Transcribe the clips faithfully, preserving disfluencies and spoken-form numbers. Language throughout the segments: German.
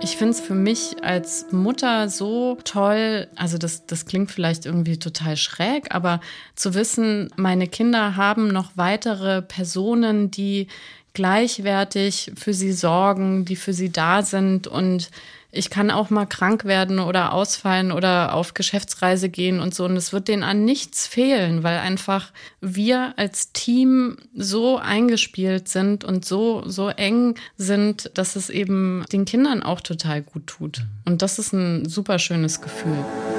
Ich finde es für mich als Mutter so toll, also das, das klingt vielleicht irgendwie total schräg, aber zu wissen, meine Kinder haben noch weitere Personen, die gleichwertig für sie sorgen, die für sie da sind, und ich kann auch mal krank werden oder ausfallen oder auf Geschäftsreise gehen und so. Und es wird denen an nichts fehlen, weil einfach wir als Team so eingespielt sind und so, so eng sind, dass es eben den Kindern auch total gut tut. Und das ist ein super schönes Gefühl.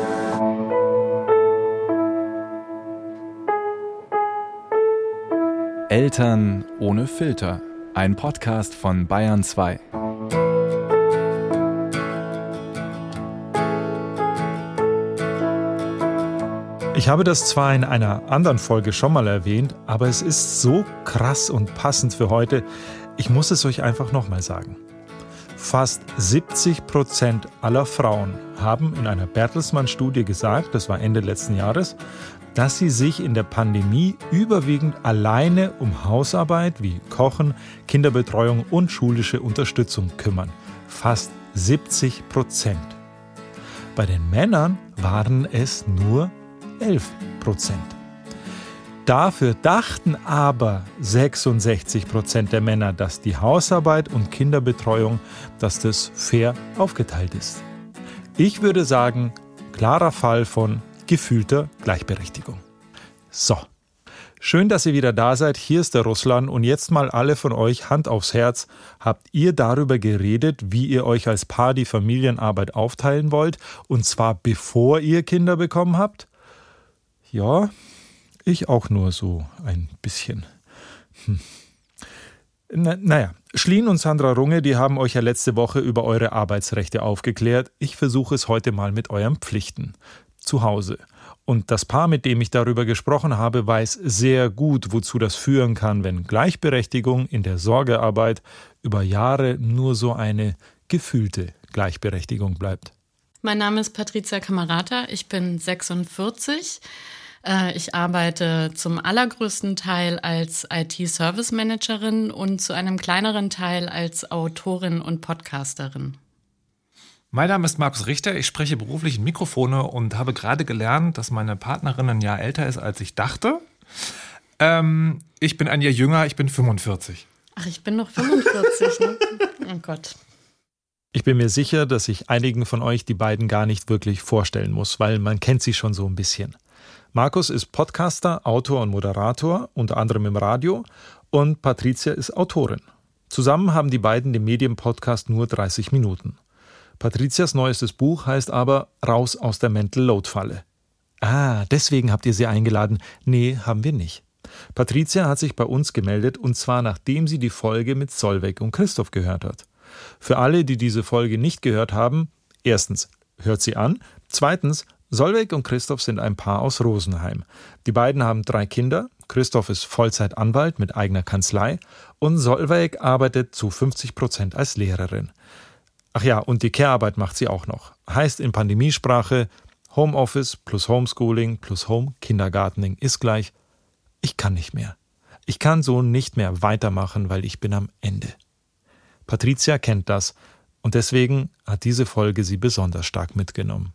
Eltern ohne Filter. Ein Podcast von Bayern zwei. Ich habe das zwar in einer anderen Folge schon mal erwähnt, aber es ist so krass und passend für heute. Ich muss es euch einfach nochmal sagen. Fast siebzig Prozent aller Frauen haben in einer Bertelsmann-Studie gesagt, das war Ende letzten Jahres, dass sie sich in der Pandemie überwiegend alleine um Hausarbeit wie Kochen, Kinderbetreuung und schulische Unterstützung kümmern. Fast siebzig Prozent. Bei den Männern waren es nur elf Prozent. Dafür dachten aber sechsundsechzig Prozent der Männer, dass die Hausarbeit und Kinderbetreuung, dass das fair aufgeteilt ist. Ich würde sagen, klarer Fall von gefühlter Gleichberechtigung. So, schön, dass ihr wieder da seid. Hier ist der Ruslan und jetzt mal alle von euch Hand aufs Herz. Habt ihr darüber geredet, wie ihr euch als Paar die Familienarbeit aufteilen wollt, und zwar bevor ihr Kinder bekommen habt? Ja, ich auch nur so ein bisschen. Hm. Na, naja, Schlien und Sandra Runge, die haben euch ja letzte Woche über eure Arbeitsrechte aufgeklärt. Ich versuche es heute mal mit euren Pflichten. Zu Hause. Und das Paar, mit dem ich darüber gesprochen habe, weiß sehr gut, wozu das führen kann, wenn Gleichberechtigung in der Sorgearbeit über Jahre nur so eine gefühlte Gleichberechtigung bleibt. Mein Name ist Patricia Camerata, ich bin sechsundvierzig. Ich arbeite zum allergrößten Teil als I T-Service-Managerin und zu einem kleineren Teil als Autorin und Podcasterin. Mein Name ist Markus Richter, ich spreche beruflich in Mikrofone und habe gerade gelernt, dass meine Partnerin ein Jahr älter ist, als ich dachte. Ähm, ich bin ein Jahr jünger, ich bin fünfundvierzig. Ach, ich bin noch fünfundvierzig, ne? Oh Gott. Ich bin mir sicher, dass ich einigen von euch die beiden gar nicht wirklich vorstellen muss, weil man kennt sie schon so ein bisschen. Markus ist Podcaster, Autor und Moderator, unter anderem im Radio, und Patricia ist Autorin. Zusammen haben die beiden den Medienpodcast Nur dreißig Minuten. Patricias neuestes Buch heißt aber Raus aus der Mental Load Falle. Ah, deswegen habt ihr sie eingeladen. Nee, haben wir nicht. Patricia hat sich bei uns gemeldet, und zwar nachdem sie die Folge mit Solveig und Christoph gehört hat. Für alle, die diese Folge nicht gehört haben, erstens, hört sie an. Zweitens, Solveig und Christoph sind ein Paar aus Rosenheim. Die beiden haben drei Kinder. Christoph ist Vollzeitanwalt mit eigener Kanzlei und Solveig arbeitet zu fünfzig Prozent als Lehrerin. Ach ja, und die Care-Arbeit macht sie auch noch. Heißt in Pandemiesprache, Homeoffice plus Homeschooling plus Home-Kindergartening ist gleich, ich kann nicht mehr. Ich kann so nicht mehr weitermachen, weil ich bin am Ende. Patricia kennt das und deswegen hat diese Folge sie besonders stark mitgenommen.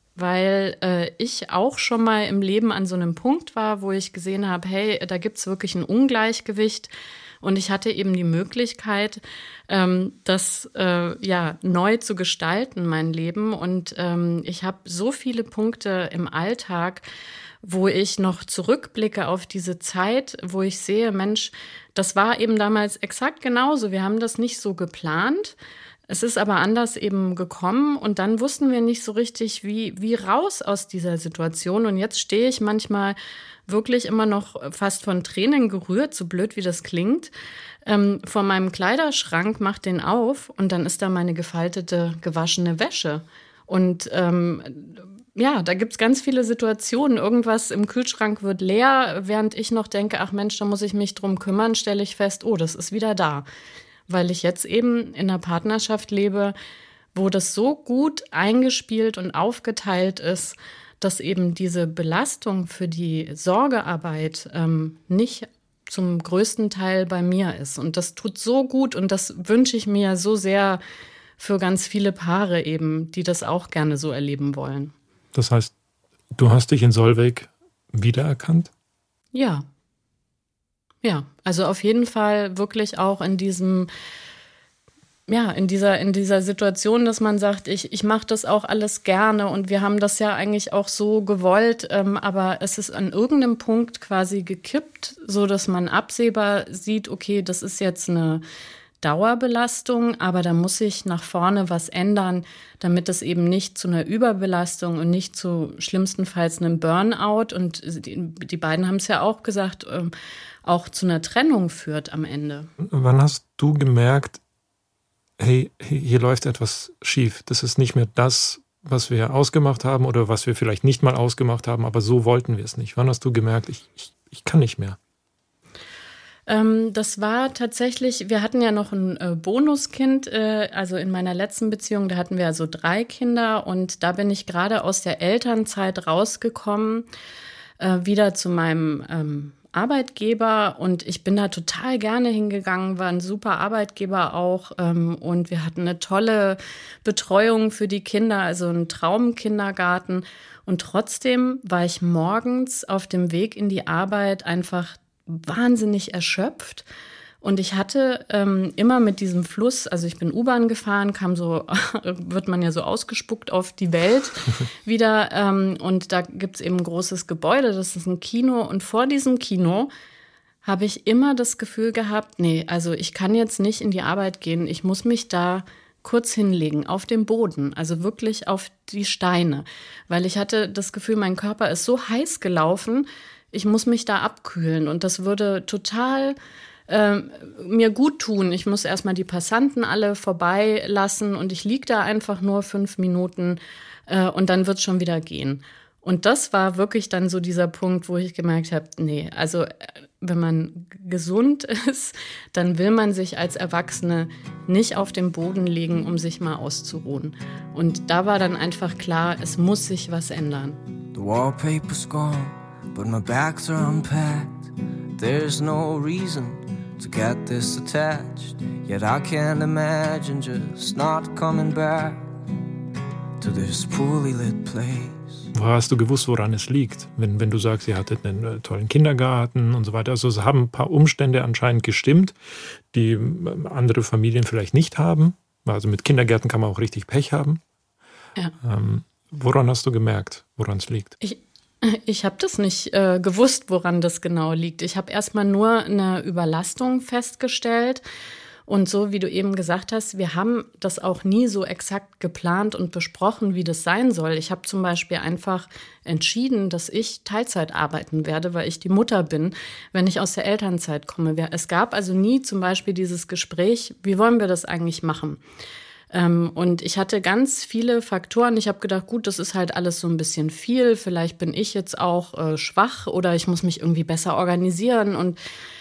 Weil äh, ich auch schon mal im Leben an so einem Punkt war, wo ich gesehen habe, hey, da gibt's wirklich ein Ungleichgewicht. Und ich hatte eben die Möglichkeit, ähm, das äh, ja neu zu gestalten, mein Leben. Und ähm, ich habe so viele Punkte im Alltag, wo ich noch zurückblicke auf diese Zeit, wo ich sehe, Mensch, das war eben damals exakt genauso. Wir haben das nicht so geplant. Es ist aber anders eben gekommen und dann wussten wir nicht so richtig, wie, wie raus aus dieser Situation. Und jetzt stehe ich manchmal wirklich immer noch fast von Tränen gerührt, so blöd wie das klingt, ähm, vor meinem Kleiderschrank, mach den auf und dann ist da meine gefaltete, gewaschene Wäsche. Und ähm, ja, da gibt's ganz viele Situationen. Irgendwas im Kühlschrank wird leer, während ich noch denke, ach Mensch, da muss ich mich drum kümmern, stelle ich fest, oh, das ist wieder da. Weil ich jetzt eben in einer Partnerschaft lebe, wo das so gut eingespielt und aufgeteilt ist, dass eben diese Belastung für die Sorgearbeit ähm, nicht zum größten Teil bei mir ist. Und das tut so gut und das wünsche ich mir so sehr für ganz viele Paare eben, die das auch gerne so erleben wollen. Das heißt, du hast dich in Solveig wiedererkannt? Ja. Ja, also auf jeden Fall wirklich auch in diesem, ja, in dieser, in dieser Situation, dass man sagt, ich, ich mache das auch alles gerne und wir haben das ja eigentlich auch so gewollt, ähm, aber es ist an irgendeinem Punkt quasi gekippt, so dass man absehbar sieht, okay, das ist jetzt eine Dauerbelastung, aber da muss sich nach vorne was ändern, damit es eben nicht zu einer Überbelastung und nicht zu schlimmstenfalls einem Burnout, und die, die beiden haben es ja auch gesagt, ähm, auch zu einer Trennung führt am Ende. Wann hast du gemerkt, hey, hier läuft etwas schief, das ist nicht mehr das, was wir ausgemacht haben oder was wir vielleicht nicht mal ausgemacht haben, aber so wollten wir es nicht. Wann hast du gemerkt, ich, ich, ich kann nicht mehr? Ähm, das war tatsächlich, wir hatten ja noch ein äh, Bonuskind, äh, also in meiner letzten Beziehung, da hatten wir also drei Kinder und da bin ich gerade aus der Elternzeit rausgekommen, äh, wieder zu meinem ähm, Arbeitgeber, und ich bin da total gerne hingegangen, war ein super Arbeitgeber auch, ähm, und wir hatten eine tolle Betreuung für die Kinder, also einen Traumkindergarten, und trotzdem war ich morgens auf dem Weg in die Arbeit einfach wahnsinnig erschöpft. Und ich hatte ähm, immer mit diesem Fluss, also ich bin U-Bahn gefahren, kam so, wird man ja so ausgespuckt auf die Welt wieder. Ähm, und da gibt's eben ein großes Gebäude, das ist ein Kino. Und vor diesem Kino habe ich immer das Gefühl gehabt, nee, also ich kann jetzt nicht in die Arbeit gehen, ich muss mich da kurz hinlegen, auf dem Boden, also wirklich auf die Steine. Weil ich hatte das Gefühl, mein Körper ist so heiß gelaufen, ich muss mich da abkühlen. Und das würde total äh, mir gut tun. Ich muss erstmal die Passanten alle vorbeilassen und ich liege da einfach nur fünf Minuten äh, und dann wird es schon wieder gehen. Und das war wirklich dann so dieser Punkt, wo ich gemerkt habe, nee, also wenn man gesund ist, dann will man sich als Erwachsene nicht auf den Boden legen, um sich mal auszuruhen. Und da war dann einfach klar, es muss sich was ändern. The wallpaper's gone, but my bags are unpacked. There's no reason to get this attached. Yet I can't imagine just not coming back to this poorly lit place. Woher hast du gewusst, woran es liegt? Wenn, wenn du sagst, ihr hattet einen äh, tollen Kindergarten und so weiter. Also es haben ein paar Umstände anscheinend gestimmt, die äh, andere Familien vielleicht nicht haben. Also mit Kindergärten kann man auch richtig Pech haben. Ja. Ähm, woran hast du gemerkt, woran es liegt? Ich Ich habe das nicht äh, gewusst, woran das genau liegt. Ich habe erstmal nur eine Überlastung festgestellt. Und so wie du eben gesagt hast, wir haben das auch nie so exakt geplant und besprochen, wie das sein soll. Ich habe zum Beispiel einfach entschieden, dass ich Teilzeit arbeiten werde, weil ich die Mutter bin, wenn ich aus der Elternzeit komme. Es gab also nie zum Beispiel dieses Gespräch, wie wollen wir das eigentlich machen? Ähm, und ich hatte ganz viele Faktoren. Ich habe gedacht, gut, das ist halt alles so ein bisschen viel. Vielleicht bin ich jetzt auch äh, schwach oder ich muss mich irgendwie besser organisieren. Und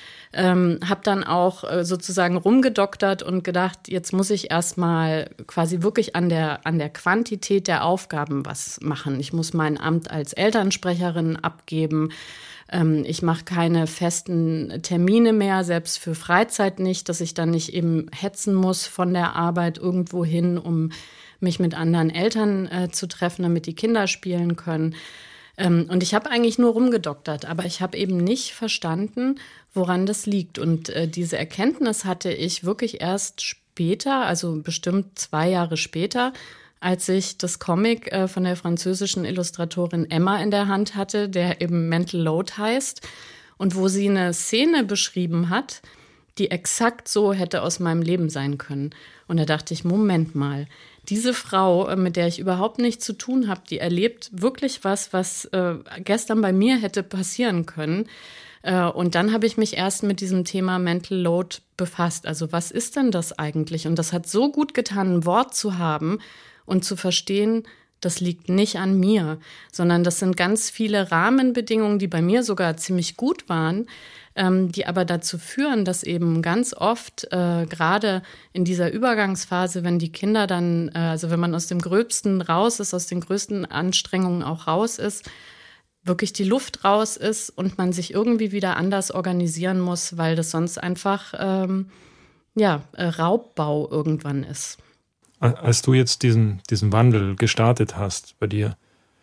ähm, habe dann auch äh, sozusagen rumgedoktert und gedacht, jetzt muss ich erstmal quasi wirklich an der, an der Quantität der Aufgaben was machen. Ich muss mein Amt als Elternsprecherin abgeben. Ähm, ich mache keine festen Termine mehr, selbst für Freizeit nicht, dass ich dann nicht eben hetzen muss von der Arbeit irgendwo hin, um mich mit anderen Eltern äh, zu treffen, damit die Kinder spielen können. Ähm, und ich habe eigentlich nur rumgedoktert, aber ich habe eben nicht verstanden, woran das liegt. Und äh, diese Erkenntnis hatte ich wirklich erst später, also bestimmt zwei Jahre später, als ich das Comic äh, von der französischen Illustratorin Emma in der Hand hatte, der eben Mental Load heißt, und wo sie eine Szene beschrieben hat, die exakt so hätte aus meinem Leben sein können. Und da dachte ich, Moment mal, diese Frau, mit der ich überhaupt nichts zu tun habe, die erlebt wirklich was, was äh, gestern bei mir hätte passieren können. Äh, und dann habe ich mich erst mit diesem Thema Mental Load befasst. Also was ist denn das eigentlich? Und das hat so gut getan, ein Wort zu haben und zu verstehen, das liegt nicht an mir, sondern das sind ganz viele Rahmenbedingungen, die bei mir sogar ziemlich gut waren, ähm, die aber dazu führen, dass eben ganz oft, äh, gerade in dieser Übergangsphase, wenn die Kinder dann, äh, also wenn man aus dem Gröbsten raus ist, aus den größten Anstrengungen auch raus ist, wirklich die Luft raus ist und man sich irgendwie wieder anders organisieren muss, weil das sonst einfach ähm, ja, Raubbau irgendwann ist. Als du jetzt diesen, diesen Wandel gestartet hast bei dir,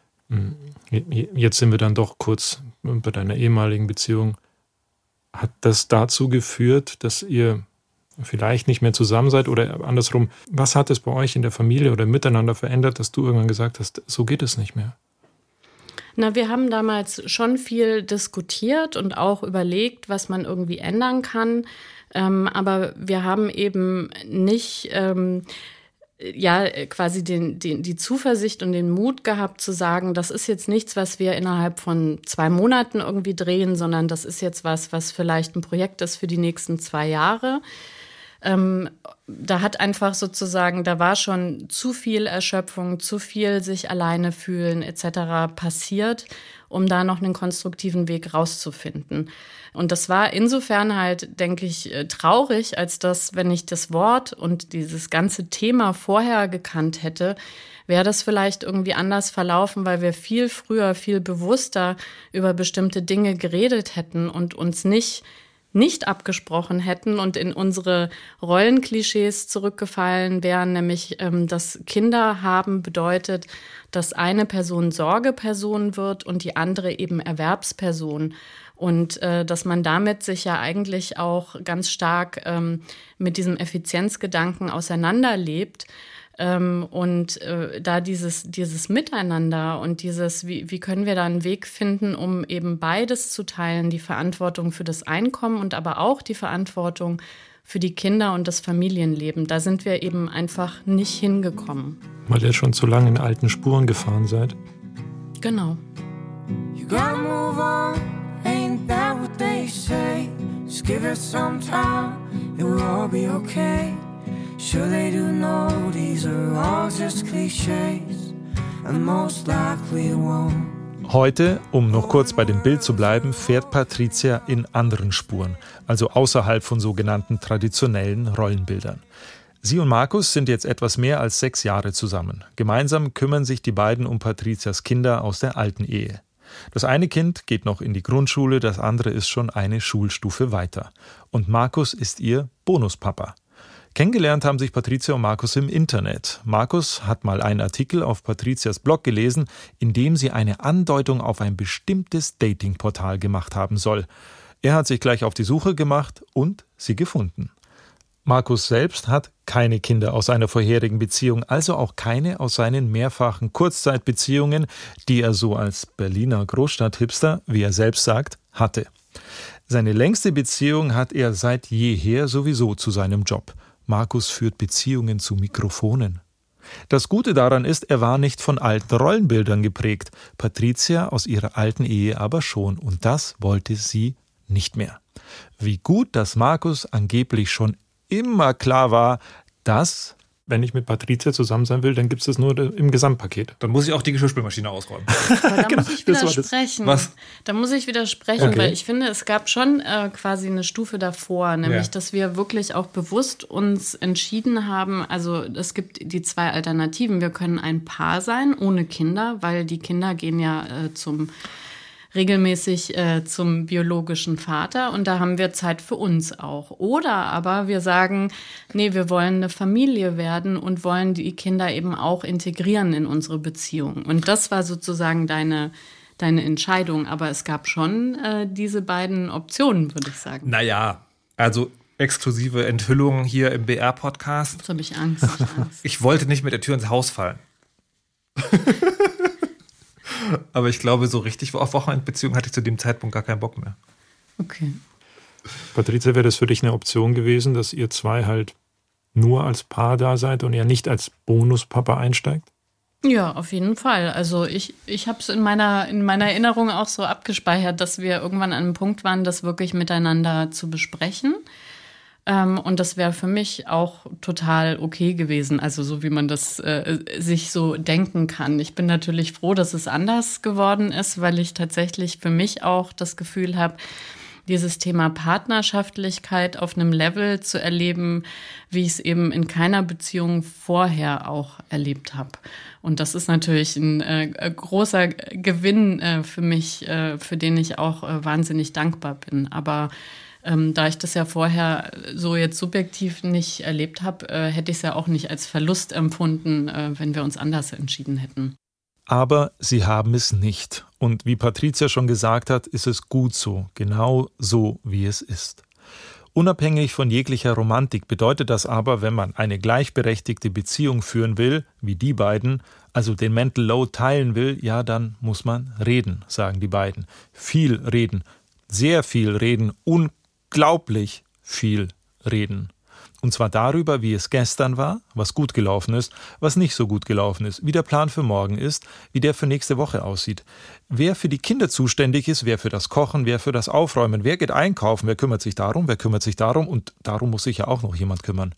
jetzt sind wir dann doch kurz bei deiner ehemaligen Beziehung, hat das dazu geführt, dass ihr vielleicht nicht mehr zusammen seid oder andersrum, was hat es bei euch in der Familie oder miteinander verändert, dass du irgendwann gesagt hast, so geht es nicht mehr? Na, wir haben damals schon viel diskutiert und auch überlegt, was man irgendwie ändern kann. Ähm, aber wir haben eben nicht ähm, ja quasi den, den, die Zuversicht und den Mut gehabt zu sagen, das ist jetzt nichts, was wir innerhalb von zwei Monaten irgendwie drehen, sondern das ist jetzt was, was vielleicht ein Projekt ist für die nächsten zwei Jahre. Ähm, da hat einfach sozusagen, da war schon zu viel Erschöpfung, zu viel sich alleine fühlen et cetera passiert, um da noch einen konstruktiven Weg rauszufinden. Und das war insofern halt, denke ich, traurig, als dass, wenn ich das Wort und dieses ganze Thema vorher gekannt hätte, wäre das vielleicht irgendwie anders verlaufen, weil wir viel früher, viel bewusster über bestimmte Dinge geredet hätten und uns nicht nicht abgesprochen hätten und in unsere Rollenklischees zurückgefallen wären, nämlich ähm, dass Kinder haben bedeutet, dass eine Person Sorgeperson wird und die andere eben Erwerbsperson. Und äh, dass man damit sich ja eigentlich auch ganz stark ähm, mit diesem Effizienzgedanken auseinanderlebt. Ähm, und äh, da dieses, dieses Miteinander und dieses, wie, wie können wir da einen Weg finden, um eben beides zu teilen, die Verantwortung für das Einkommen und aber auch die Verantwortung für die Kinder und das Familienleben. Da sind wir eben einfach nicht hingekommen. Weil ihr schon zu lange in alten Spuren gefahren seid. Genau. You gotta move on, ain't that what they say? Just give it some time, it will all be okay. Sure they do know these are all just cliches, and most likely won't. Heute, um noch kurz bei dem Bild zu bleiben, fährt Patricia in anderen Spuren, also außerhalb von sogenannten traditionellen Rollenbildern. Sie und Markus sind jetzt etwas mehr als sechs Jahre zusammen. Gemeinsam kümmern sich die beiden um Patricias Kinder aus der alten Ehe. Das eine Kind geht noch in die Grundschule, das andere ist schon eine Schulstufe weiter. Und Markus ist ihr Bonuspapa. Kennengelernt haben sich Patricia und Markus im Internet. Markus hat mal einen Artikel auf Patricias Blog gelesen, in dem sie eine Andeutung auf ein bestimmtes Datingportal gemacht haben soll. Er hat sich gleich auf die Suche gemacht und sie gefunden. Markus selbst hat keine Kinder aus einer vorherigen Beziehung, also auch keine aus seinen mehrfachen Kurzzeitbeziehungen, die er so als Berliner Großstadt-Hipster, wie er selbst sagt, hatte. Seine längste Beziehung hat er seit jeher sowieso zu seinem Job. Markus führt Beziehungen zu Mikrofonen. Das Gute daran ist, er war nicht von alten Rollenbildern geprägt, Patricia aus ihrer alten Ehe aber schon, und das wollte sie nicht mehr. Wie gut, dass Markus angeblich schon immer klar war, dass, wenn ich mit Patricia zusammen sein will, dann gibt es das nur im Gesamtpaket. Dann muss ich auch die Geschirrspülmaschine ausräumen. Aber da Genau, muss ich das war das. widersprechen. Was? Da muss ich widersprechen, Okay. weil ich finde, es gab schon äh, quasi eine Stufe davor, nämlich, Ja. dass wir wirklich auch bewusst uns entschieden haben, also es gibt die zwei Alternativen. Wir können ein Paar sein, ohne Kinder, weil die Kinder gehen ja äh, zum regelmäßig äh, zum biologischen Vater und da haben wir Zeit für uns auch. Oder aber wir sagen, nee, wir wollen eine Familie werden und wollen die Kinder eben auch integrieren in unsere Beziehung. Und das war sozusagen deine, deine Entscheidung. Aber es gab schon äh, diese beiden Optionen, würde ich sagen. Naja, also exklusive Enthüllungen hier im B R-Podcast. Jetzt habe ich Angst. Ich Angst. Ich wollte nicht mit der Tür ins Haus fallen. Aber ich glaube, so richtig auf Wochenendbeziehung hatte ich zu dem Zeitpunkt gar keinen Bock mehr. Okay. Patricia, wäre das für dich eine Option gewesen, dass ihr zwei halt nur als Paar da seid und er nicht als Bonuspapa einsteigt? Ja, auf jeden Fall. Also ich, ich habe es in meiner, in meiner Erinnerung auch so abgespeichert, dass wir irgendwann an einem Punkt waren, das wirklich miteinander zu besprechen. Ähm, und das wäre für mich auch total okay gewesen, also so wie man das äh, sich so denken kann. Ich bin natürlich froh, dass es anders geworden ist, weil ich tatsächlich für mich auch das Gefühl habe, dieses Thema Partnerschaftlichkeit auf einem Level zu erleben, wie ich es eben in keiner Beziehung vorher auch erlebt habe. Und das ist natürlich ein äh, großer Gewinn äh, für mich, äh, für den ich auch äh, wahnsinnig dankbar bin. Aber ähm, da ich das ja vorher so jetzt subjektiv nicht erlebt habe, äh, hätte ich es ja auch nicht als Verlust empfunden, äh, wenn wir uns anders entschieden hätten. Aber sie haben es nicht. Und wie Patricia schon gesagt hat, ist es gut so, genau so, wie es ist. Unabhängig von jeglicher Romantik bedeutet das aber, wenn man eine gleichberechtigte Beziehung führen will, wie die beiden, also den Mental Load teilen will, ja, dann muss man reden, sagen die beiden. Viel reden, sehr viel reden, unglaublich viel reden. Und zwar darüber, wie es gestern war, was gut gelaufen ist, was nicht so gut gelaufen ist, wie der Plan für morgen ist, wie der für nächste Woche aussieht. Wer für die Kinder zuständig ist, wer für das Kochen, wer für das Aufräumen, wer geht einkaufen, wer kümmert sich darum, wer kümmert sich darum und darum muss sich ja auch noch jemand kümmern.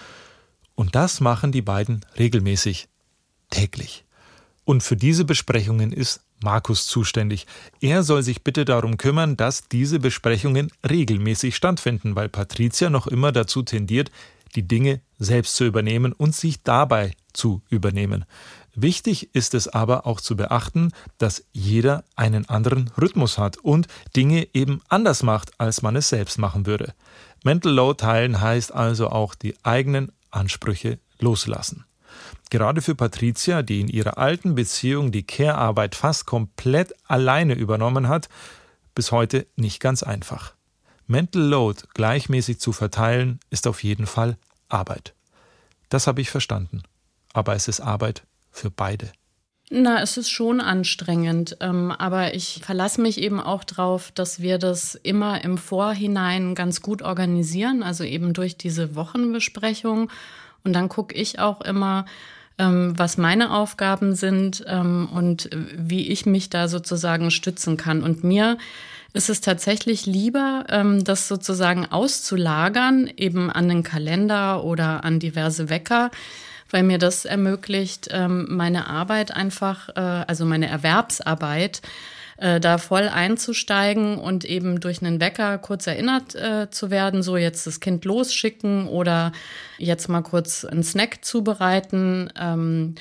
Und das machen die beiden regelmäßig, täglich. Und für diese Besprechungen ist Markus zuständig. Er soll sich bitte darum kümmern, dass diese Besprechungen regelmäßig stattfinden, weil Patricia noch immer dazu tendiert, die Dinge selbst zu übernehmen und sich dabei zu übernehmen. Wichtig ist es aber auch zu beachten, dass jeder einen anderen Rhythmus hat und Dinge eben anders macht, als man es selbst machen würde. Mental Load teilen heißt also auch die eigenen Ansprüche loslassen. Gerade für Patricia, die in ihrer alten Beziehung die Care-Arbeit fast komplett alleine übernommen hat, bis heute nicht ganz einfach. Mental Load gleichmäßig zu verteilen, ist auf jeden Fall Arbeit. Das habe ich verstanden. Aber es ist Arbeit für beide. Na, es ist schon anstrengend, ähm, aber ich verlasse mich eben auch drauf, dass wir das immer im Vorhinein ganz gut organisieren, also eben durch diese Wochenbesprechung. Und dann gucke ich auch immer, ähm, was meine Aufgaben sind ähm, und wie ich mich da sozusagen stützen kann. Und mir ist es tatsächlich lieber, ähm, das sozusagen auszulagern, eben an den Kalender oder an diverse Wecker, weil mir das ermöglicht, ähm, meine Arbeit einfach, äh, also meine Erwerbsarbeit, äh, da voll einzusteigen und eben durch einen Wecker kurz erinnert äh, zu werden, so jetzt das Kind losschicken oder jetzt mal kurz einen Snack zubereiten. Ähm,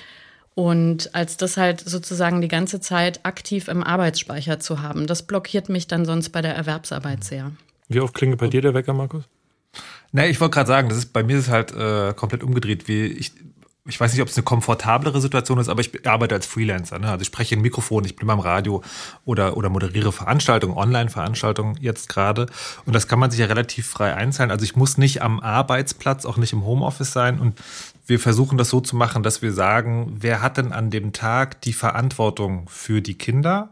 und als das halt sozusagen die ganze Zeit aktiv im Arbeitsspeicher zu haben, das blockiert mich dann sonst bei der Erwerbsarbeit sehr. Wie oft klingelt bei dir der Wecker, Markus? Nee, ich wollte gerade sagen, das ist bei mir ist es halt äh, komplett umgedreht. Wie ich, ich weiß nicht, ob es eine komfortablere Situation ist, aber ich arbeite als Freelancer. Ne? Also ich spreche in Mikrofon, ich bin beim Radio oder, oder moderiere Veranstaltungen, Online-Veranstaltungen jetzt gerade. Und das kann man sich ja relativ frei einteilen. Also ich muss nicht am Arbeitsplatz, auch nicht im Homeoffice sein. Und wir versuchen das so zu machen, dass wir sagen, wer hat denn an dem Tag die Verantwortung für die Kinder?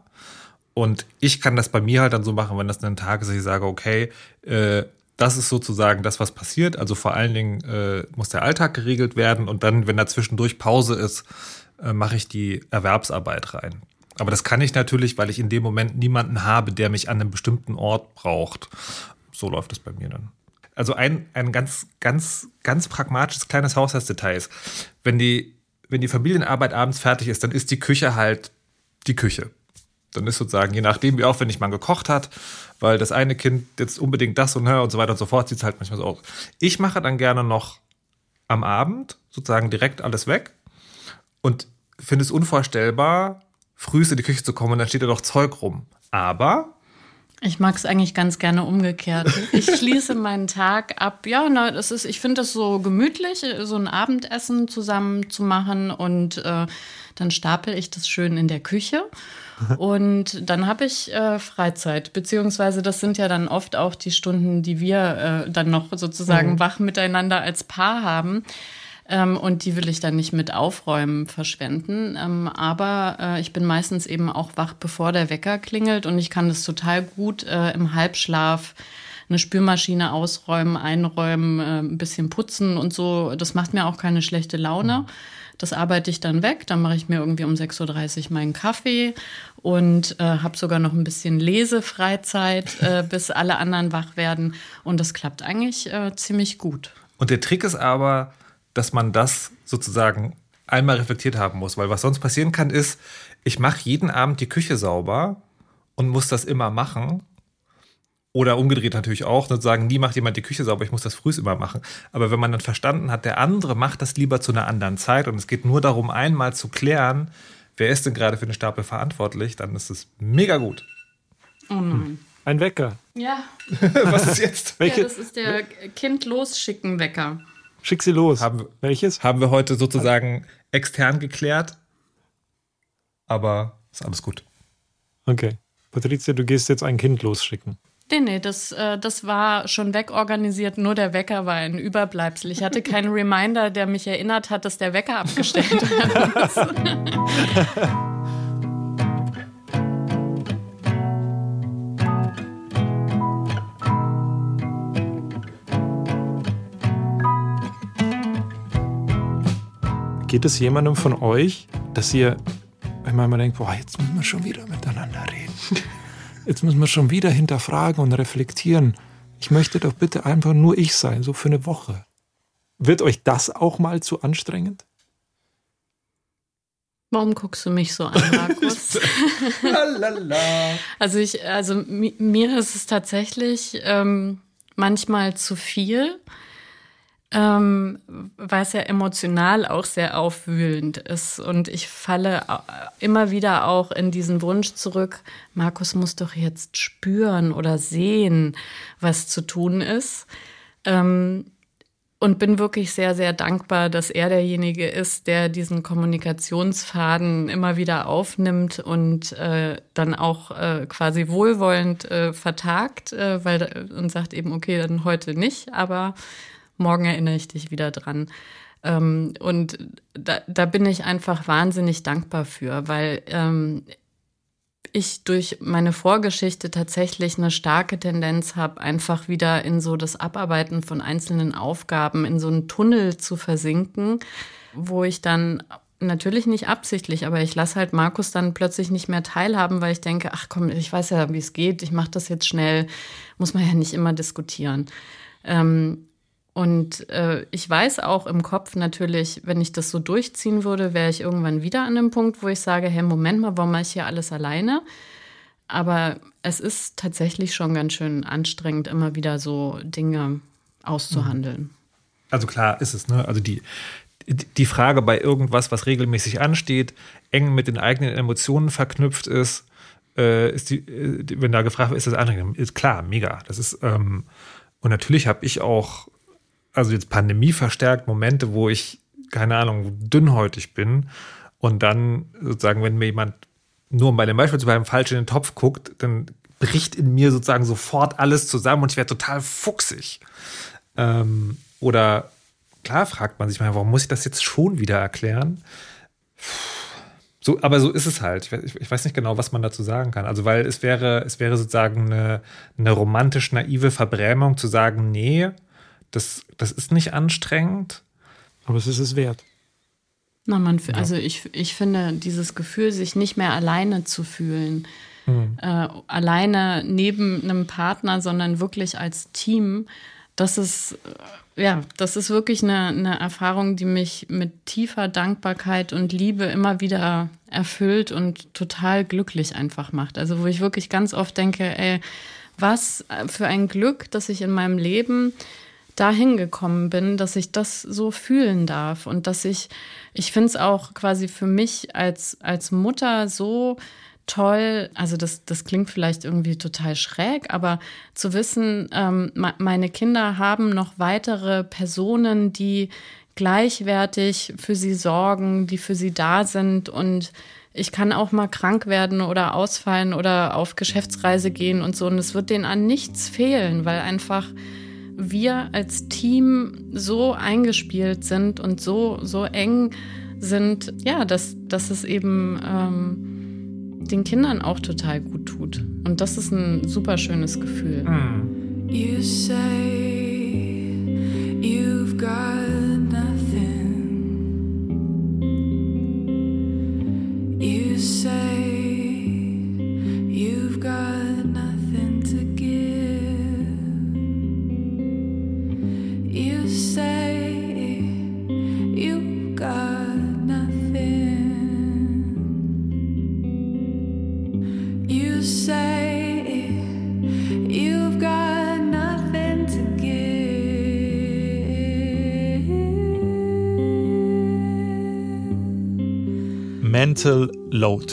Und ich kann das bei mir halt dann so machen, wenn das ein Tag ist, dass ich sage, okay, äh, das ist sozusagen das, was passiert. Also vor allen Dingen äh, muss der Alltag geregelt werden und dann, wenn da zwischendurch Pause ist, äh, mache ich die Erwerbsarbeit rein. Aber das kann ich natürlich, weil ich in dem Moment niemanden habe, der mich an einem bestimmten Ort braucht. So läuft es bei mir dann. Also ein, ein ganz, ganz, ganz pragmatisches kleines Haushaltsdetail ist, wenn die, wenn die Familienarbeit abends fertig ist, dann ist die Küche halt die Küche. Dann ist sozusagen, je nachdem, wie aufwendig man gekocht hat, weil das eine Kind jetzt unbedingt das und, und so weiter und so fort, sieht es halt manchmal so aus. Ich mache dann gerne noch am Abend sozusagen direkt alles weg und finde es unvorstellbar, frühst in die Küche zu kommen und dann steht da noch Zeug rum. Aber ich mag es eigentlich ganz gerne umgekehrt. Ich schließe meinen Tag ab. Ja, na, das ist, ich finde das so gemütlich, so ein Abendessen zusammen zu machen und äh, dann stapel ich das schön in der Küche. Und dann habe ich äh, Freizeit, beziehungsweise das sind ja dann oft auch die Stunden, die wir äh, dann noch sozusagen mhm. wach miteinander als Paar haben. Ähm, und die will ich dann nicht mit Aufräumen verschwenden. Ähm, aber äh, ich bin meistens eben auch wach, bevor der Wecker klingelt. Und ich kann das total gut äh, im Halbschlaf eine Spülmaschine ausräumen, einräumen, äh, ein bisschen putzen und so. Das macht mir auch keine schlechte Laune. Mhm. Das arbeite ich dann weg, dann mache ich mir irgendwie um sechs Uhr dreißig meinen Kaffee und äh, habe sogar noch ein bisschen Lesefreizeit, äh, bis alle anderen wach werden. Und das klappt eigentlich äh, ziemlich gut. Und der Trick ist aber, dass man das sozusagen einmal reflektiert haben muss. Weil was sonst passieren kann, ist, ich mache jeden Abend die Küche sauber und muss das immer machen. Oder umgedreht natürlich auch, sozusagen, nie macht jemand die Küche sauber, ich muss das früh immer machen. Aber wenn man dann verstanden hat, der andere macht das lieber zu einer anderen Zeit und es geht nur darum, einmal zu klären, wer ist denn gerade für den Stapel verantwortlich, dann ist es mega gut. Oh nein. Ein Wecker. Ja. Was ist jetzt? Welche? Ja, das ist der Kind-losschicken-Wecker. Schick sie los. Haben, Welches? haben wir heute sozusagen extern geklärt. Aber ist alles gut. Okay. Patricia, du gehst jetzt ein Kind losschicken. Nee, nee, das, äh, das war schon wegorganisiert, nur der Wecker war ein Überbleibsel. Ich hatte keinen Reminder, der mich erinnert hat, dass der Wecker abgestellt werden muss. Geht es jemandem von euch, dass ihr manchmal denkt, boah, jetzt müssen wir schon wieder miteinander reden. Jetzt müssen wir schon wieder hinterfragen und reflektieren. Ich möchte doch bitte einfach nur ich sein, so für eine Woche. Wird euch das auch mal zu anstrengend? Warum guckst du mich so an, Markus? also ich, also mi- mir ist es tatsächlich ähm, manchmal zu viel. Ähm, weil es ja emotional auch sehr aufwühlend ist. Und ich falle immer wieder auch in diesen Wunsch zurück, Markus muss doch jetzt spüren oder sehen, was zu tun ist. Ähm, und bin wirklich sehr, sehr dankbar, dass er derjenige ist, der diesen Kommunikationsfaden immer wieder aufnimmt und äh, dann auch äh, quasi wohlwollend äh, vertagt, äh, weil, und sagt eben, okay, dann heute nicht, aber morgen erinnere ich dich wieder dran. Ähm, und da, da bin ich einfach wahnsinnig dankbar für, weil ähm, ich durch meine Vorgeschichte tatsächlich eine starke Tendenz habe, einfach wieder in so das Abarbeiten von einzelnen Aufgaben, in so einen Tunnel zu versinken, wo ich dann natürlich nicht absichtlich, aber ich lasse halt Markus dann plötzlich nicht mehr teilhaben, weil ich denke, ach komm, ich weiß ja, wie es geht, ich mache das jetzt schnell, muss man ja nicht immer diskutieren. Ähm, Und äh, ich weiß auch im Kopf natürlich, wenn ich das so durchziehen würde, wäre ich irgendwann wieder an dem Punkt, wo ich sage, hey, Moment mal, warum mache ich hier alles alleine? Aber es ist tatsächlich schon ganz schön anstrengend, immer wieder so Dinge auszuhandeln. Also klar ist es, ne? Also die, die Frage bei irgendwas, was regelmäßig ansteht, eng mit den eigenen Emotionen verknüpft ist, äh, ist die, wenn da gefragt wird, ist das anstrengend? Ist klar, mega. Das ist, ähm, und natürlich habe ich auch also jetzt Pandemie verstärkt, Momente, wo ich, keine Ahnung, dünnhäutig bin und dann sozusagen, wenn mir jemand, nur um bei dem Beispiel zu bleiben, falsch in den Topf guckt, dann bricht in mir sozusagen sofort alles zusammen und ich werde total fuchsig. Ähm, oder klar fragt man sich mal, warum muss ich das jetzt schon wieder erklären? So, aber so ist es halt. Ich, ich weiß nicht genau, was man dazu sagen kann. Also, weil es wäre, es wäre sozusagen eine, eine romantisch-naive Verbrämung zu sagen, nee, Das, das ist nicht anstrengend. Aber es ist es wert. Na, man, also ich, ich finde, dieses Gefühl, sich nicht mehr alleine zu fühlen, mhm. äh, alleine neben einem Partner, sondern wirklich als Team, das ist, äh, ja, das ist wirklich eine, eine Erfahrung, die mich mit tiefer Dankbarkeit und Liebe immer wieder erfüllt und total glücklich einfach macht. Also wo ich wirklich ganz oft denke, ey, was für ein Glück, dass ich in meinem Leben dahin gekommen bin, dass ich das so fühlen darf und dass ich, ich finde es auch quasi für mich als, als Mutter so toll, also das, das klingt vielleicht irgendwie total schräg, aber zu wissen, ähm, meine Kinder haben noch weitere Personen, die gleichwertig für sie sorgen, die für sie da sind und ich kann auch mal krank werden oder ausfallen oder auf Geschäftsreise gehen und so und es wird denen an nichts fehlen, weil einfach wir als Team so eingespielt sind und so, so eng sind, ja, dass, dass es eben ähm, den Kindern auch total gut tut. Und das ist ein super schönes Gefühl. Mm. You say you've got nothing. You say you've got nothing to give. You say you've got nothing. You say you've got nothing to give. Mental Load.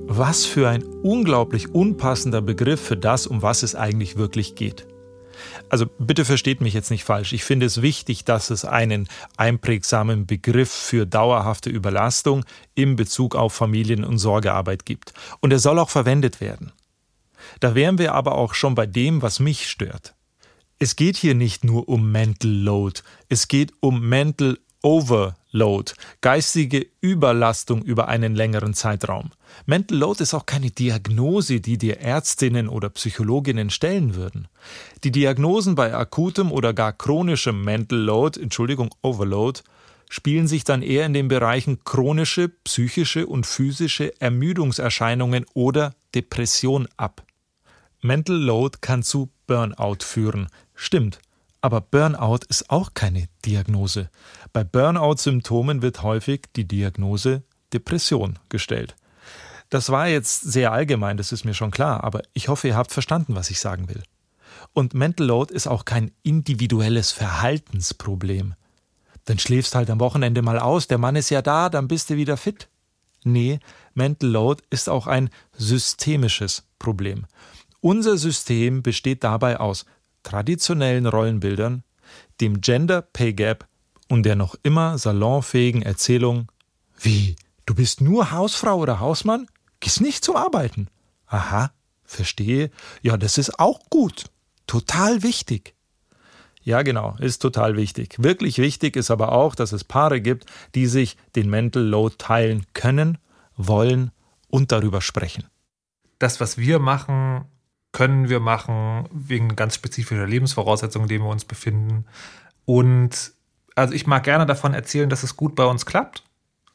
Was für ein unglaublich unpassender Begriff für das, um was es eigentlich wirklich geht. Also bitte versteht mich jetzt nicht falsch. Ich finde es wichtig, dass es einen einprägsamen Begriff für dauerhafte Überlastung in Bezug auf Familien- und Sorgearbeit gibt. Und er soll auch verwendet werden. Da wären wir aber auch schon bei dem, was mich stört. Es geht hier nicht nur um Mental Load, es geht um Mental Overload, geistige Überlastung über einen längeren Zeitraum. Mental Load ist auch keine Diagnose, die dir Ärztinnen oder Psychologinnen stellen würden. Die Diagnosen bei akutem oder gar chronischem Mental Load, Entschuldigung, Overload, spielen sich dann eher in den Bereichen chronische, psychische und physische Ermüdungserscheinungen oder Depression ab. Mental Load kann zu Burnout führen. Stimmt. Aber Burnout ist auch keine Diagnose. Bei Burnout-Symptomen wird häufig die Diagnose Depression gestellt. Das war jetzt sehr allgemein, das ist mir schon klar, aber ich hoffe, ihr habt verstanden, was ich sagen will. Und Mental Load ist auch kein individuelles Verhaltensproblem. Dann schläfst halt am Wochenende mal aus, der Mann ist ja da, dann bist du wieder fit. Nee, Mental Load ist auch ein systemisches Problem. Unser System besteht dabei aus traditionellen Rollenbildern, dem Gender Pay Gap und der noch immer salonfähigen Erzählung: Wie, du bist nur Hausfrau oder Hausmann? Gehst nicht zum Arbeiten? Aha, verstehe. Ja, das ist auch gut. Total wichtig. Ja, genau, ist total wichtig. Wirklich wichtig ist aber auch, dass es Paare gibt, die sich den Mental Load teilen können, wollen und darüber sprechen. Das, was wir machen, können wir machen wegen ganz spezifischer Lebensvoraussetzungen, in denen wir uns befinden. Und also ich mag gerne davon erzählen, dass es gut bei uns klappt.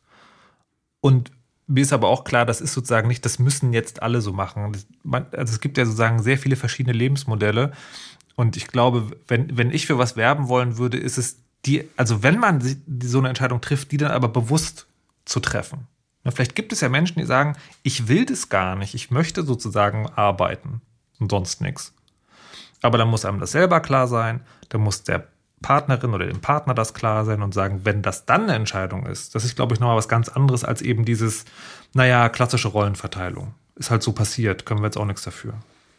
Und mir ist aber auch klar, das ist sozusagen nicht, das müssen jetzt alle so machen. Das, man, also es gibt ja sozusagen sehr viele verschiedene Lebensmodelle. Und ich glaube, wenn, wenn ich für was werben wollen würde, ist es die, also wenn man so eine Entscheidung trifft, die dann aber bewusst zu treffen. Vielleicht gibt es ja Menschen, die sagen, ich will das gar nicht, ich möchte sozusagen arbeiten. Und sonst nichts. Aber dann muss einem das selber klar sein, dann muss der Partnerin oder dem Partner das klar sein und sagen, wenn das dann eine Entscheidung ist, das ist, glaube ich, nochmal was ganz anderes als eben dieses, naja, klassische Rollenverteilung. Ist halt so passiert, können wir jetzt auch nichts dafür.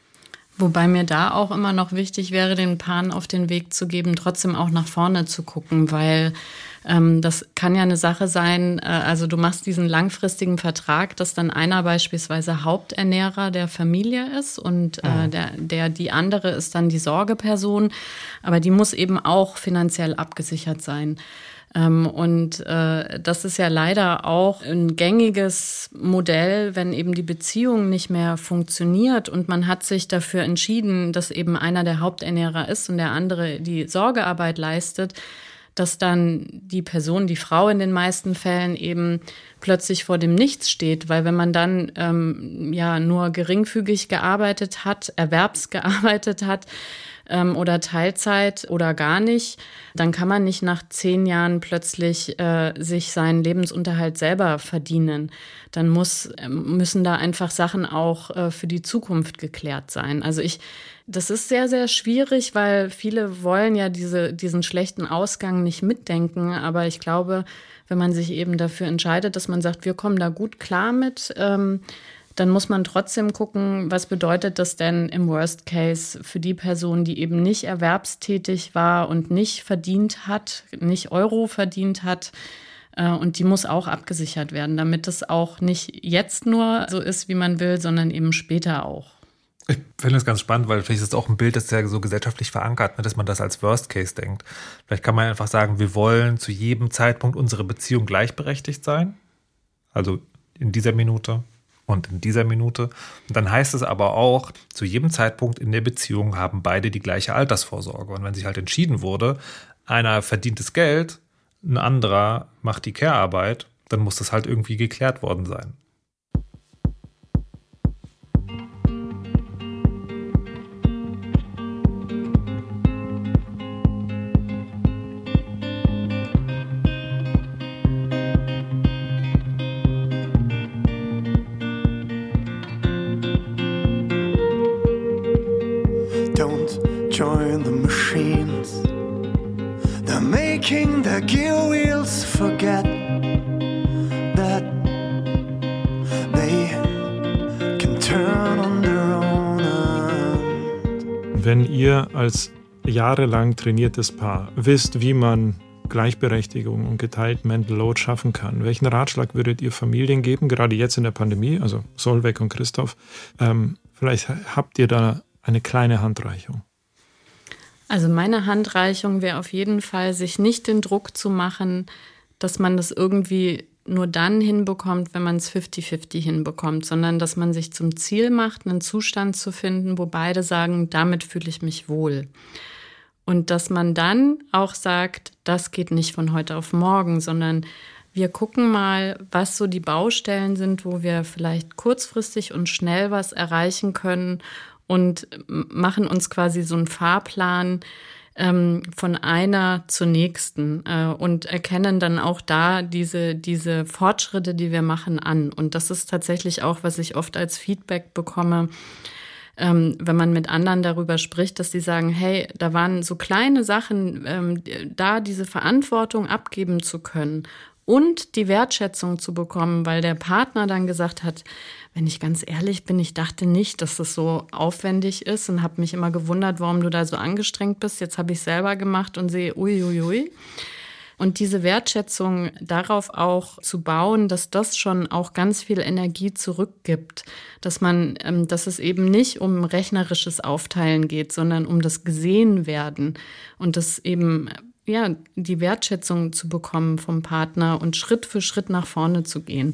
Wobei mir da auch immer noch wichtig wäre, den Paaren auf den Weg zu geben, trotzdem auch nach vorne zu gucken, weil ähm, das kann ja eine Sache sein, äh, also du machst diesen langfristigen Vertrag, dass dann einer beispielsweise Haupternährer der Familie ist und äh, mhm. der, der die andere ist dann die Sorgeperson, aber die muss eben auch finanziell abgesichert sein. Ähm, und äh, das ist ja leider auch ein gängiges Modell, wenn eben die Beziehung nicht mehr funktioniert und man hat sich dafür entschieden, dass eben einer der Haupternährer ist und der andere die Sorgearbeit leistet, dass dann die Person, die Frau in den meisten Fällen eben plötzlich vor dem Nichts steht, weil wenn man dann ähm, ja nur geringfügig gearbeitet hat, erwerbsgearbeitet hat, oder Teilzeit oder gar nicht, dann kann man nicht nach zehn Jahren plötzlich äh, sich seinen Lebensunterhalt selber verdienen. Dann muss, müssen da einfach Sachen auch äh, für die Zukunft geklärt sein. Also ich, das ist sehr, sehr schwierig, weil viele wollen ja diese, diesen schlechten Ausgang nicht mitdenken. Aber ich glaube, wenn man sich eben dafür entscheidet, dass man sagt, wir kommen da gut klar mit, ähm, dann muss man trotzdem gucken, was bedeutet das denn im Worst Case für die Person, die eben nicht erwerbstätig war und nicht verdient hat, nicht Euro verdient hat. Und die muss auch abgesichert werden, damit es auch nicht jetzt nur so ist, wie man will, sondern eben später auch. Ich finde das ganz spannend, weil vielleicht ist es auch ein Bild, das ist ja so gesellschaftlich verankert, dass man das als Worst Case denkt. Vielleicht kann man einfach sagen, wir wollen zu jedem Zeitpunkt unsere Beziehung gleichberechtigt sein. Also in dieser Minute und in dieser Minute. Und dann heißt es aber auch, zu jedem Zeitpunkt in der Beziehung haben beide die gleiche Altersvorsorge. Und wenn sich halt entschieden wurde, einer verdient das Geld, ein anderer macht die Care-Arbeit, dann muss das halt irgendwie geklärt worden sein. Join the machines. They're making their gear wheels forget that they wenn ihr als jahrelang trainiertes Paar wisst, wie man Gleichberechtigung und geteilten Mental Load schaffen kann, welchen Ratschlag würdet ihr Familien geben, gerade jetzt in der Pandemie, also Solveig und Christoph? Ähm, vielleicht habt ihr da eine kleine Handreichung. Also meine Handreichung wäre auf jeden Fall, sich nicht den Druck zu machen, dass man das irgendwie nur dann hinbekommt, wenn man es fünfzig fünfzig hinbekommt, sondern dass man sich zum Ziel macht, einen Zustand zu finden, wo beide sagen, damit fühle ich mich wohl. Und dass man dann auch sagt, das geht nicht von heute auf morgen, sondern wir gucken mal, was so die Baustellen sind, wo wir vielleicht kurzfristig und schnell was erreichen können und machen uns quasi so einen Fahrplan ähm, von einer zur nächsten äh, und erkennen dann auch da diese, diese Fortschritte, die wir machen, an. Und das ist tatsächlich auch, was ich oft als Feedback bekomme, ähm, wenn man mit anderen darüber spricht, dass die sagen, hey, da waren so kleine Sachen, ähm, da diese Verantwortung abgeben zu können und die Wertschätzung zu bekommen, weil der Partner dann gesagt hat, wenn ich ganz ehrlich bin, ich dachte nicht, dass das so aufwendig ist und habe mich immer gewundert, warum du da so angestrengt bist. Jetzt habe ich es selber gemacht und sehe, uiuiui. Ui, ui. Und diese Wertschätzung darauf auch zu bauen, dass das schon auch ganz viel Energie zurückgibt, dass man, dass es eben nicht um rechnerisches Aufteilen geht, sondern um das Gesehenwerden und das eben, ja, die Wertschätzung zu bekommen vom Partner und Schritt für Schritt nach vorne zu gehen.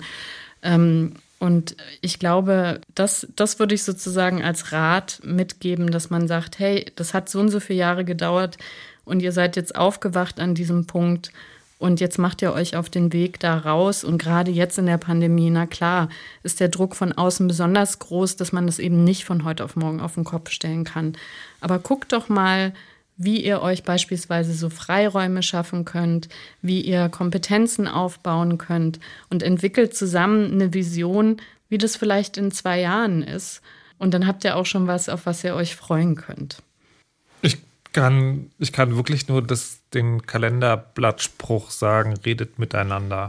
Und ich glaube, das, das würde ich sozusagen als Rat mitgeben, dass man sagt, hey, das hat so und so viele Jahre gedauert und ihr seid jetzt aufgewacht an diesem Punkt und jetzt macht ihr euch auf den Weg da raus. Und gerade jetzt in der Pandemie, na klar, ist der Druck von außen besonders groß, dass man das eben nicht von heute auf morgen auf den Kopf stellen kann. Aber guckt doch mal, wie ihr euch beispielsweise so Freiräume schaffen könnt, wie ihr Kompetenzen aufbauen könnt und entwickelt zusammen eine Vision, wie das vielleicht in zwei Jahren ist. Und dann habt ihr auch schon was, auf was ihr euch freuen könnt. Ich kann, ich kann wirklich nur das, den Kalenderblattspruch sagen, redet miteinander.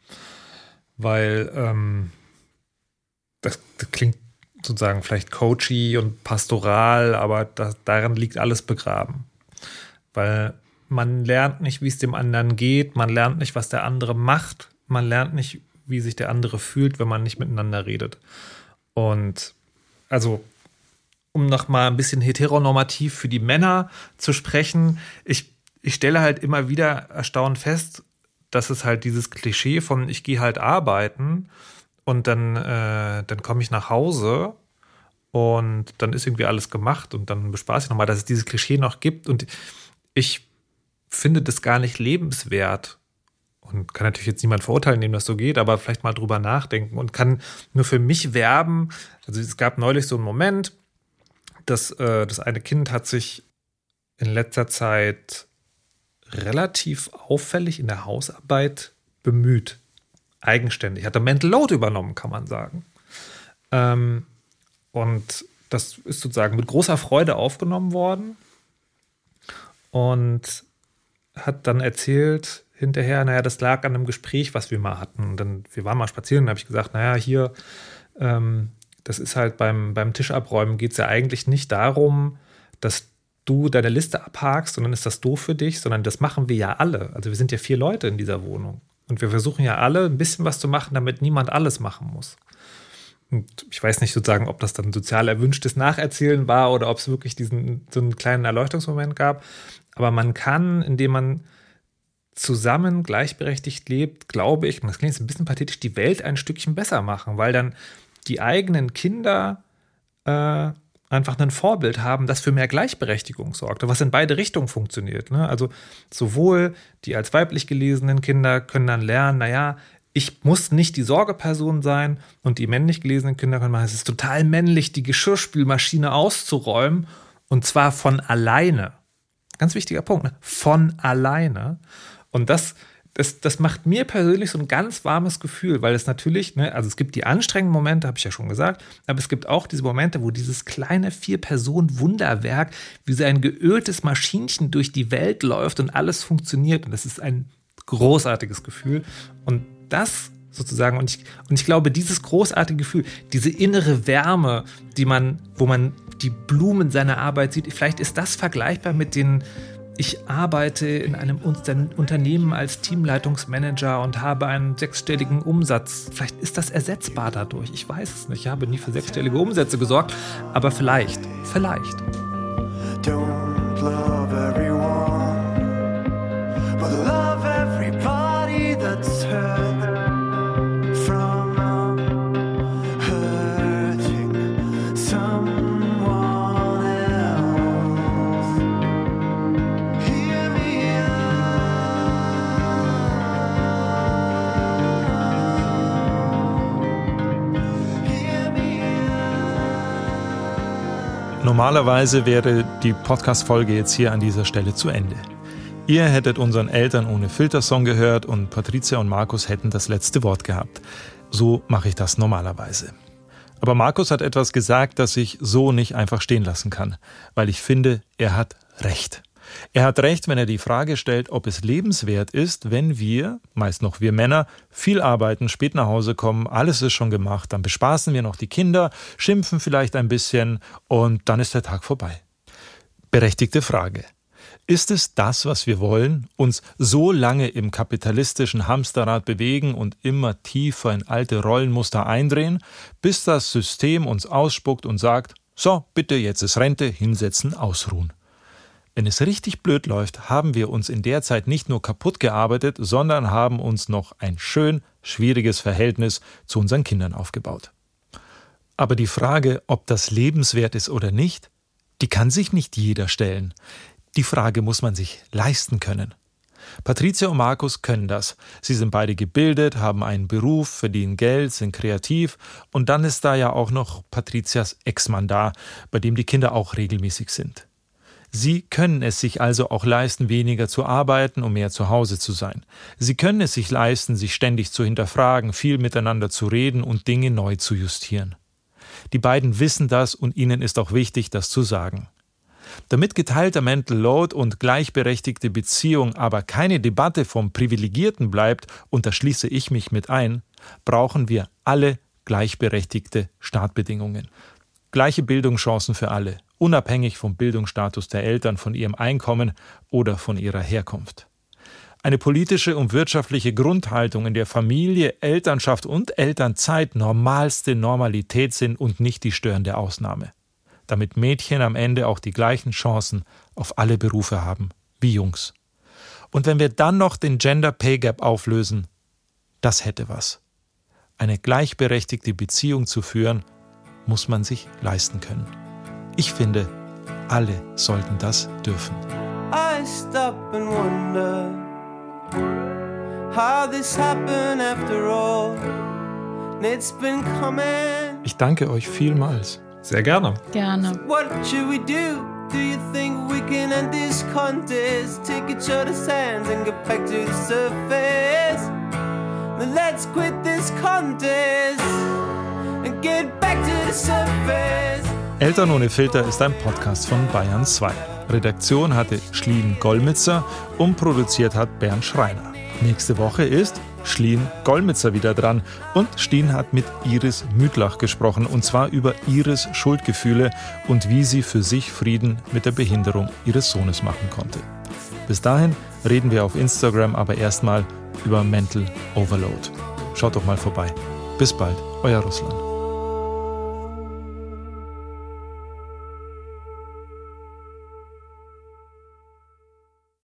Weil ähm, das, das klingt sozusagen vielleicht coachy und pastoral, aber das, darin liegt alles begraben. Weil man lernt nicht, wie es dem anderen geht, man lernt nicht, was der andere macht, man lernt nicht, wie sich der andere fühlt, wenn man nicht miteinander redet. Und also, um noch mal ein bisschen heteronormativ für die Männer zu sprechen, ich, ich stelle halt immer wieder erstaunt fest, dass es halt dieses Klischee von ich gehe halt arbeiten und dann, äh, dann komme ich nach Hause und dann ist irgendwie alles gemacht und dann bespaße ich nochmal, dass es dieses Klischee noch gibt. Und ich finde das gar nicht lebenswert und kann natürlich jetzt niemand verurteilen, dem das so geht, aber vielleicht mal drüber nachdenken und kann nur für mich werben. Also es gab neulich so einen Moment, dass äh, das eine Kind hat sich in letzter Zeit relativ auffällig in der Hausarbeit bemüht. Eigenständig. Hat er Mental Load übernommen, kann man sagen. Ähm, und das ist sozusagen mit großer Freude aufgenommen worden und hat dann erzählt hinterher, naja, das lag an einem Gespräch, was wir mal hatten. Und dann, wir waren mal spazieren und habe ich gesagt, naja, hier, ähm, das ist halt beim, beim Tischabräumen geht es ja eigentlich nicht darum, dass du deine Liste abhakst und dann ist das doof für dich, sondern das machen wir ja alle. Also wir sind ja vier Leute in dieser Wohnung. Und wir versuchen ja alle ein bisschen was zu machen, damit niemand alles machen muss. Und ich weiß nicht sozusagen, ob das dann sozial erwünschtes Nacherzählen war oder ob es wirklich diesen so einen kleinen Erleuchtungsmoment gab. Aber man kann, indem man zusammen gleichberechtigt lebt, glaube ich, und das klingt jetzt ein bisschen pathetisch, die Welt ein Stückchen besser machen, weil dann die eigenen Kinder äh, einfach ein Vorbild haben, das für mehr Gleichberechtigung sorgt, was in beide Richtungen funktioniert. Ne? Also sowohl die als weiblich gelesenen Kinder können dann lernen, naja, ich muss nicht die Sorgeperson sein und die männlich gelesenen Kinder können machen, es ist total männlich, die Geschirrspülmaschine auszuräumen und zwar von alleine. Ganz wichtiger Punkt, ne? Von alleine. Und das Das, das macht mir persönlich so ein ganz warmes Gefühl, weil es natürlich, ne, also es gibt die anstrengenden Momente, habe ich ja schon gesagt, aber es gibt auch diese Momente, wo dieses kleine Vier-Personen-Wunderwerk wie so ein geöltes Maschinchen durch die Welt läuft und alles funktioniert. Und das ist ein großartiges Gefühl. Und das sozusagen. Und ich, und ich glaube, dieses großartige Gefühl, diese innere Wärme, die man, wo man die Blumen seiner Arbeit sieht, vielleicht ist das vergleichbar mit den, ich arbeite in einem Unternehmen als Teamleitungsmanager und habe einen sechsstelligen Umsatz. Vielleicht ist das ersetzbar dadurch. Ich weiß es nicht. Ich habe nie für sechsstellige Umsätze gesorgt, aber vielleicht, vielleicht. Don't love everyone, but love everybody that's hurt from hurting someone else. Hear me out. Hear me out. Normalerweise wäre die Podcast-Folge jetzt hier an dieser Stelle zu Ende. Ihr hättet unseren Eltern ohne Filter-Song gehört und Patricia und Markus hätten das letzte Wort gehabt. So mache ich das normalerweise. Aber Markus hat etwas gesagt, das ich so nicht einfach stehen lassen kann, weil ich finde, er hat recht. Er hat recht, wenn er die Frage stellt, ob es lebenswert ist, wenn wir, meist noch wir Männer, viel arbeiten, spät nach Hause kommen, alles ist schon gemacht, dann bespaßen wir noch die Kinder, schimpfen vielleicht ein bisschen und dann ist der Tag vorbei. Berechtigte Frage. Ist es das, was wir wollen, uns so lange im kapitalistischen Hamsterrad bewegen und immer tiefer in alte Rollenmuster eindrehen, bis das System uns ausspuckt und sagt, so, bitte, jetzt ist Rente, hinsetzen, ausruhen. Wenn es richtig blöd läuft, haben wir uns in der Zeit nicht nur kaputt gearbeitet, sondern haben uns noch ein schön schwieriges Verhältnis zu unseren Kindern aufgebaut. Aber die Frage, ob das lebenswert ist oder nicht, die kann sich nicht jeder stellen. Die Frage muss man sich leisten können. Patricia und Markus können das. Sie sind beide gebildet, haben einen Beruf, verdienen Geld, sind kreativ. Und dann ist da ja auch noch Patricias Ex-Mann da, bei dem die Kinder auch regelmäßig sind. Sie können es sich also auch leisten, weniger zu arbeiten, um mehr zu Hause zu sein. Sie können es sich leisten, sich ständig zu hinterfragen, viel miteinander zu reden und Dinge neu zu justieren. Die beiden wissen das und ihnen ist auch wichtig, das zu sagen. Damit geteilter Mental Load und gleichberechtigte Beziehung aber keine Debatte vom Privilegierten bleibt, und da schließe ich mich mit ein, brauchen wir alle gleichberechtigte Startbedingungen. Gleiche Bildungschancen für alle, unabhängig vom Bildungsstatus der Eltern, von ihrem Einkommen oder von ihrer Herkunft. Eine politische und wirtschaftliche Grundhaltung, in der Familie, Elternschaft und Elternzeit normalste Normalität sind und nicht die störende Ausnahme. Damit Mädchen am Ende auch die gleichen Chancen auf alle Berufe haben wie Jungs. Und wenn wir dann noch den Gender Pay Gap auflösen, das hätte was. Eine gleichberechtigte Beziehung zu führen, muss man sich leisten können. Ich finde, alle sollten das dürfen. I stop and wonder how this happened after all. It's been coming. Ich danke euch vielmals. Sehr gerne. Gerne. What should we do? Do you think we can end this contest? Take each other's hands and get back to the surface. Then let's quit this contest and get back to the surface. Eltern ohne Filter ist ein Podcast von Bayern zwei. Redaktion hatte Schlien Gollmitzer und produziert hat Bernd Schreiner. Nächste Woche ist Schlien Gollmitzer wieder dran und Schlien hat mit Iris Müdlach gesprochen, und zwar über Iris Schuldgefühle und wie sie für sich Frieden mit der Behinderung ihres Sohnes machen konnte. Bis dahin reden wir auf Instagram aber erstmal über Mental Overload. Schaut doch mal vorbei. Bis bald, euer Russland.